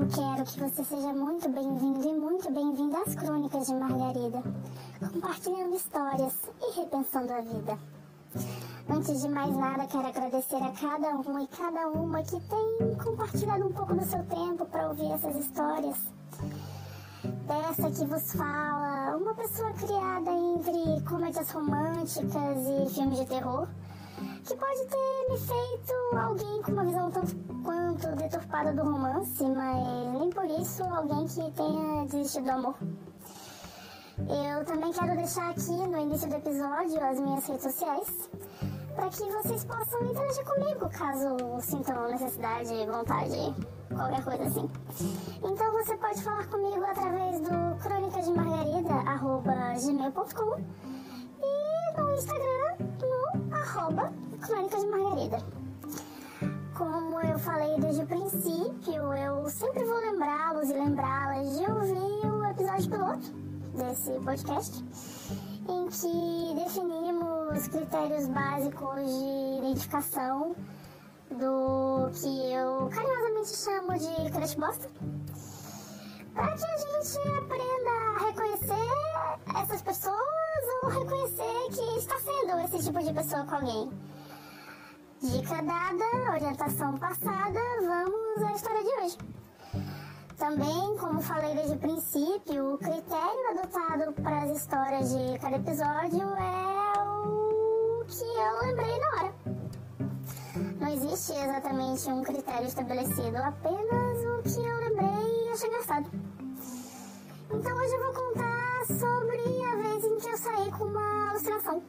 quero que você seja muito bem-vindo e muito bem-vinda às Crônicas de Margarida, compartilhando histórias e repensando a vida. Antes de mais nada, quero agradecer a cada um e cada uma que tem compartilhado um pouco do seu tempo para ouvir essas histórias. Dessa que vos fala, uma pessoa criada entre comédias românticas e filmes de terror, que pode ter me feito alguém com uma visão tanto quanto deturpada do romance, mas nem por isso alguém que tenha desistido do amor. Eu também quero deixar aqui no início do episódio as minhas redes sociais, para que vocês possam interagir comigo caso sintam necessidade, vontade, qualquer coisa assim. Então você pode falar comigo através do cronicasdemargarida@gmail.com e no Instagram no @cronicasdemargarida. Como eu falei desde o princípio, eu sempre vou lembrá-los e lembrá-las de ouvir o episódio piloto desse podcast, em que definimos critérios básicos de identificação do que eu carinhosamente chamo de crush bosta, para que a gente aprenda a reconhecer essas pessoas ou reconhecer que está sendo esse tipo de pessoa com alguém. Dica dada, orientação passada, vamos à história de hoje. Também, como falei desde o princípio, o critério adotado para as histórias de cada episódio é o que eu lembrei na hora. Não existe exatamente um critério estabelecido, apenas o que eu lembrei e achei engraçado. Então hoje eu vou contar sobre a vez em que eu saí com uma alucinação.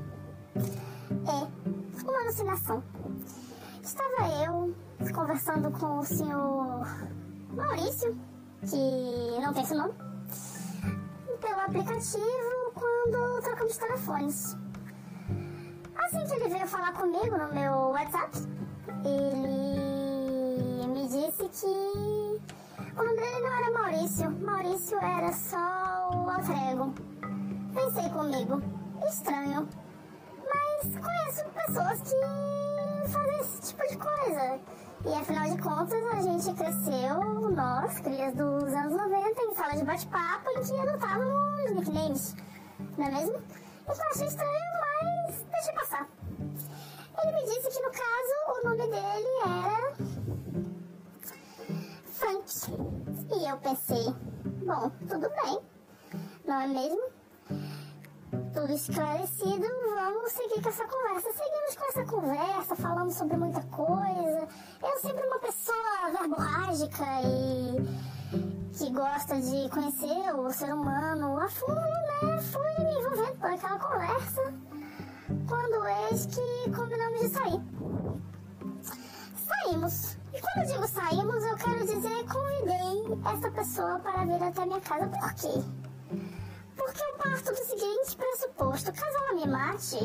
Uma alucinação. Estava eu conversando com o senhor Maurício, que não tem esse nome, pelo aplicativo quando trocamos telefones. Assim que ele veio falar comigo no meu WhatsApp, ele me disse que o nome dele não era Maurício. Maurício era só o alter ego. Pensei comigo, estranho, mas conheço pessoas que fazem esse tipo de coisa. E afinal de contas, a gente cresceu, nós, crias dos anos 90, em sala de bate-papo em que adotávamos nicknames, não é mesmo? Então achei estranho, mas deixei passar. Ele me disse que no caso o nome dele era Frank. E eu pensei, bom, tudo bem, não é mesmo? Tudo esclarecido, vamos seguir com essa conversa. Seguimos com essa conversa, falamos sobre muita coisa. Eu sempre uma pessoa verborrágica e que gosta de conhecer o ser humano a fundo, né? Fui me envolvendo por aquela conversa, quando eis que combinamos de sair. Saímos. E quando eu digo saímos, eu quero dizer convidei essa pessoa para vir até minha casa. Por quê? Porque eu parto do seguinte pressuposto: caso ela me mate,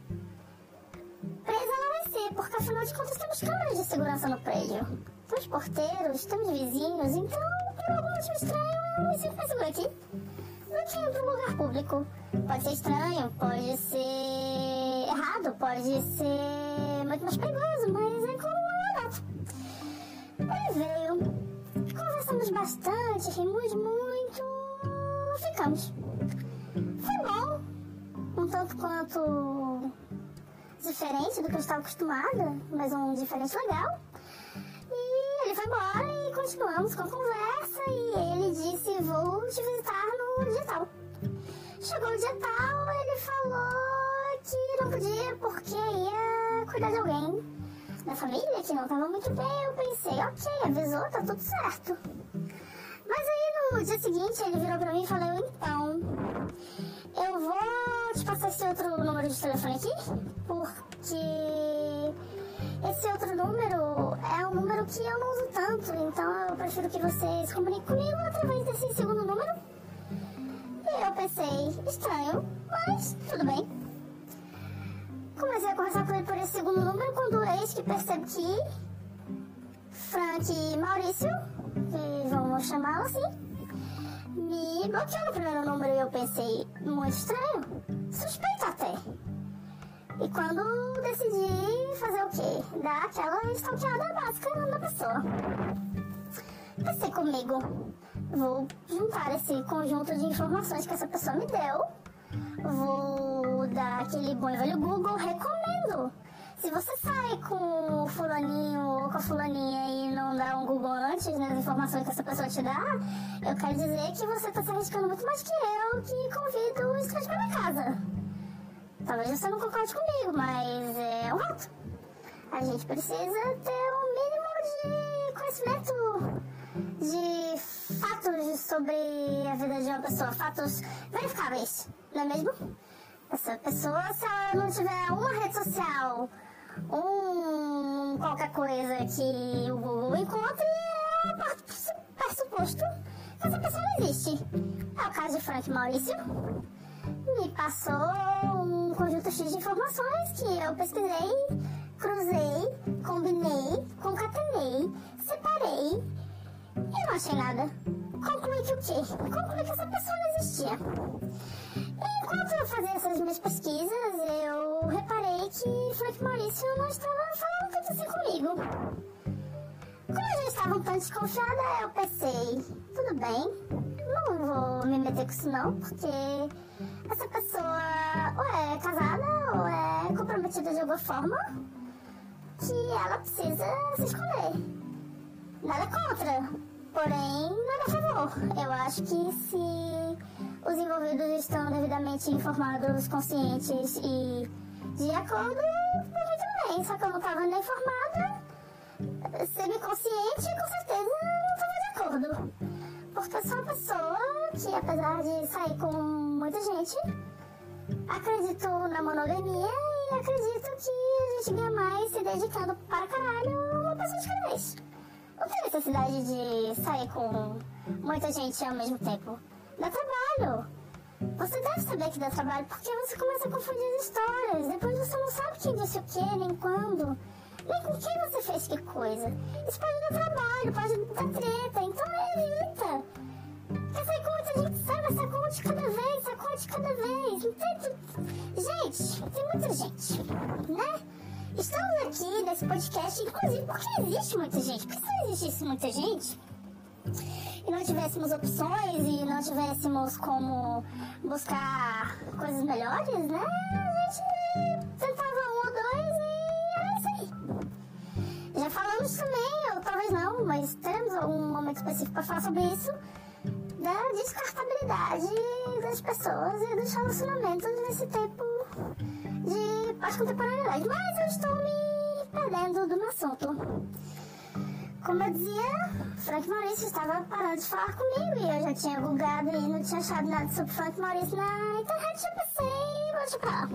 presa ela vai ser, porque afinal de contas temos câmeras de segurança no prédio, temos porteiros, temos vizinhos, então por algum motivo estranho eu me sinto mais segura aqui do que em outro lugar público. Pode ser estranho, pode ser errado, pode ser muito mais perigoso, mas é como eu adoto. Ele veio, conversamos bastante, rimos muito, ficamos. Foi bom, um tanto quanto diferente do que eu estava acostumada, mas um diferente legal. E ele foi embora e continuamos com a conversa e ele disse, vou te visitar no dia tal. Chegou o dia tal, ele falou que não podia porque ia cuidar de alguém da família que não estava muito bem. Eu pensei, ok, avisou, tá tudo certo. Mas aí no dia seguinte ele virou pra mim e falou, então, eu vou te passar esse outro número de telefone aqui, porque esse outro número é um número que eu não uso tanto, então eu prefiro que você se comunique comigo através desse segundo número. E eu pensei, estranho, mas tudo bem. Comecei a conversar com ele por esse segundo número, quando eis que percebo que Frank e Maurício, que vamos chamá-lo assim, me bloqueou no primeiro número e eu pensei, muito estranho, suspeito até. E quando decidi fazer o quê? Dar aquela stalkeada básica na pessoa. Pensei comigo, vou juntar esse conjunto de informações que essa pessoa me deu, vou dar aquele bom e velho Google, recomendo. Se você sai com o fulaninho ou com a fulaninha e não dá um Google antes nas informações que essa pessoa te dá, eu quero dizer que você está se arriscando muito mais que eu, que convido estranhos para minha casa. Talvez você não concorde comigo, mas é um fato. A gente precisa ter um mínimo de conhecimento de fatos sobre a vida de uma pessoa, fatos verificáveis, não é mesmo? Essa pessoa, se ela não tiver uma rede social, qualquer coisa que o Google encontre, é o pressuposto que essa pessoa não existe. É o caso de Frank Maurício. Me passou um conjunto X de informações que eu pesquisei, cruzei, combinei, concatenei, separei e não achei nada. Concluí que o quê? Concluí que essa pessoa não existia. Enquanto eu fazia essas minhas pesquisas, eu reparei que Frank Maurício não estava falando tanto assim comigo. Como eu já estava um tanto desconfiada, eu pensei, tudo bem, não vou me meter com isso não, porque essa pessoa ou é casada ou é comprometida de alguma forma que ela precisa se esconder. Nada contra, porém nada a favor. Eu acho que se os envolvidos estão devidamente informados, conscientes e de acordo, tá muito bem. Só que eu não estava nem informada, semi-consciente, com certeza não estava de acordo. Porque eu sou uma pessoa que, apesar de sair com muita gente, acredito na monogamia e acredito que a gente ganha mais se dedicando para caralho a uma pessoa de cada vez. Não tem necessidade de sair com muita gente ao mesmo tempo. Dá trabalho. Você deve saber que dá trabalho porque você começa a confundir as histórias. Depois você não sabe quem disse o que, nem quando, nem com quem você fez que coisa. Isso pode dar trabalho, pode dar treta, então evita. Quer sair com muita gente, sai, mas sai com um de cada vez, sai com um de cada vez. Não tem... Gente, tem muita gente, né? Estamos aqui nesse podcast, inclusive porque existe muita gente. Porque se não existisse muita gente e não tivéssemos opções e não tivéssemos como buscar coisas melhores, né? A gente tentava um ou dois e era isso aí. Já falamos também, ou talvez não, mas teremos algum momento específico para falar sobre isso, da descartabilidade das pessoas e dos relacionamentos nesse tempo de pós-contemporaneidade. Mas eu estou me perdendo do meu assunto. Como eu dizia, Frank Maurício estava parando de falar comigo e eu já tinha googado e não tinha achado nada sobre Frank Maurício na internet. Eu pensei, vou deixar pra lá.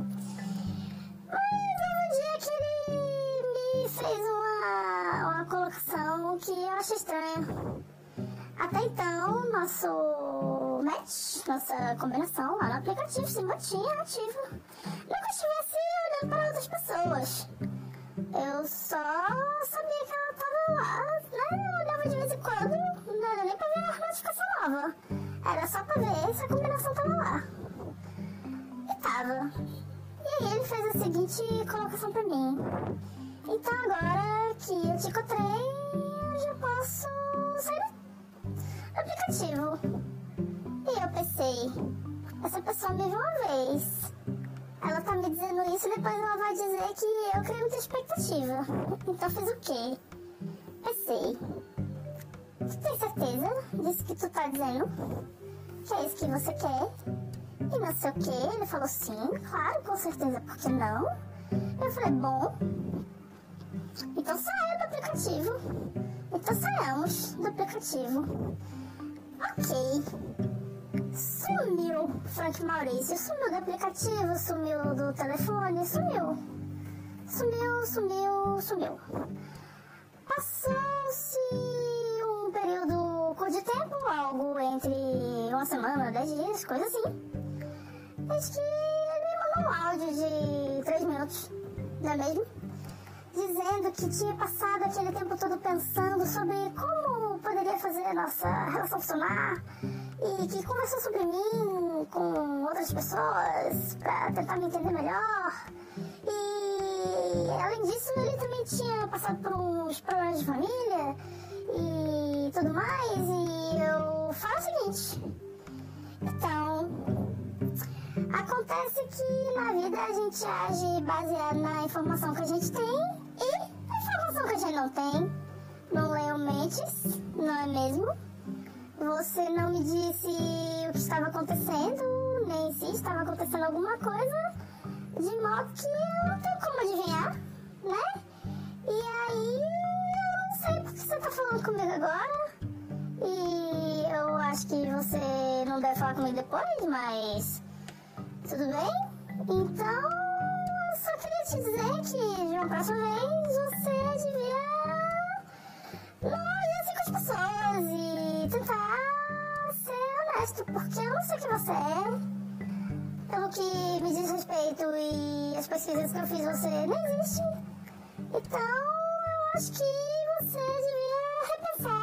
Mas houve um dia que ele me fez uma colocação que eu achei estranha. Até então, nosso match, nossa combinação lá no aplicativo se mantinha ativo. Nunca estivesse olhando para outras pessoas. Eu só sabia que ela estava lá, né? Eu olhava de vez em quando, não era nem para ver a notificação nova. Era só para ver se a combinação estava lá. E tava. E aí ele fez a seguinte colocação para mim. Então agora que eu te encontrei, eu já posso sair do aplicativo. E eu pensei, essa pessoa me viu uma vez. Ela tá me dizendo isso e depois ela vai dizer que eu criei muita expectativa. Então fiz o quê? Pensei, tu tem certeza disso que tu tá dizendo? Que é isso que você quer? E não sei o quê. Ele falou sim, claro, com certeza, por que não? Eu falei, bom, então saia do aplicativo. Então saiamos do aplicativo. Ok. Sumiu Frank Maurício, sumiu do aplicativo, sumiu do telefone, sumiu. Sumiu. Passou-se um período curto de tempo, algo entre uma semana, 10 dias, coisa assim. Desde que ele me mandou um áudio de 3 minutos, não é mesmo? Dizendo que tinha passado aquele tempo todo pensando sobre como poderia fazer a nossa relação funcionar e que conversou sobre mim com outras pessoas para tentar me entender melhor e E além disso, ele também tinha passado por uns problemas de família e tudo mais. E eu falo o seguinte: então, acontece que na vida a gente age baseado na informação que a gente tem e a informação que a gente não tem. Não leio mentes, não é mesmo? Você não me disse o que estava acontecendo, nem se estava acontecendo alguma coisa, de modo que eu não tenho como adivinhar, né? E aí, eu não sei porque você está falando comigo agora. E eu acho que você não deve falar comigo depois, mas tudo bem? Então, eu só queria te dizer que de uma próxima vez você devia não agir assim com as pessoas e tentar ser honesto, porque eu não sei quem você é. Pelo que me diz respeito e as pesquisas que eu fiz, você não existe. Então, eu acho que você devia repensar